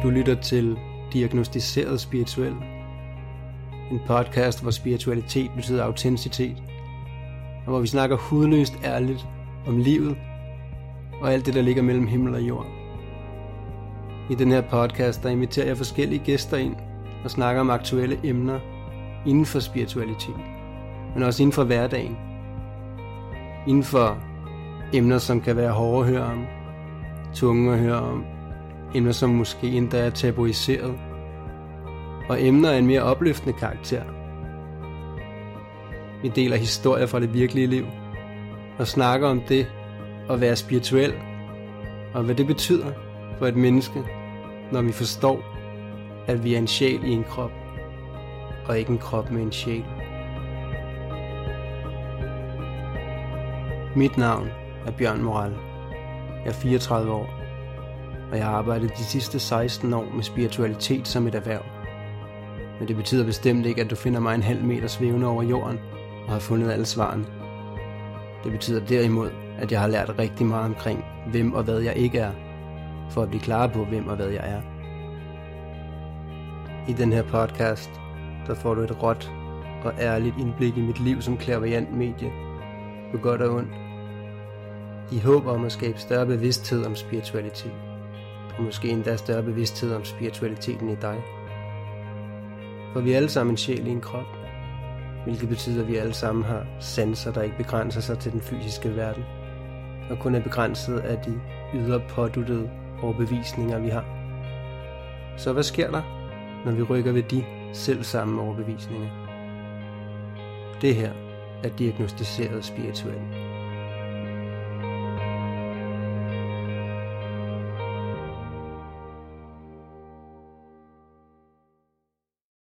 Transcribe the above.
Du lytter til Diagnosticeret Spirituel. En podcast, hvor spiritualitet betyder autenticitet, og hvor vi snakker hudløst ærligt om livet og alt det, der ligger mellem himmel og jord. I den her podcast, der inviterer jeg forskellige gæster ind og snakker om aktuelle emner inden for spiritualitet, men også inden for hverdagen. Inden for emner, som kan være hårde at høre om, tunge at høre om, emner, som måske endda er tabuiseret, og emner af en mere opløftende karakter. Vi deler historier fra det virkelige liv, og snakker om det at være spirituel, og hvad det betyder for et menneske, når vi forstår, at vi er en sjæl i en krop, og ikke en krop med en sjæl. Mit navn er Bjørn Moral. Jeg er 34 år, og jeg har arbejdet de sidste 16 år med spiritualitet som et erhverv. Men det betyder bestemt ikke, at du finder mig en halv meter svævende over jorden og har fundet alle svarene. Det betyder derimod, at jeg har lært rigtig meget omkring, hvem og hvad jeg ikke er, for at blive klar på, hvem og hvad jeg er. I den her podcast, der får du et råt og ærligt indblik i mit liv som clairvoyant medie, på godt og ondt, i håb om at skabe større bevidsthed om spiritualitet, og måske endda større bevidsthed om spiritualiteten i dig. For vi er alle sammen en sjæl i en krop, hvilket betyder, at vi alle sammen har sanser, der ikke begrænser sig til den fysiske verden, og kun er begrænset af de ydre påduttede overbevisninger, vi har. Så hvad sker der, når vi rykker ved de selvsamme overbevisninger? Det her er diagnosticeret spirituelt.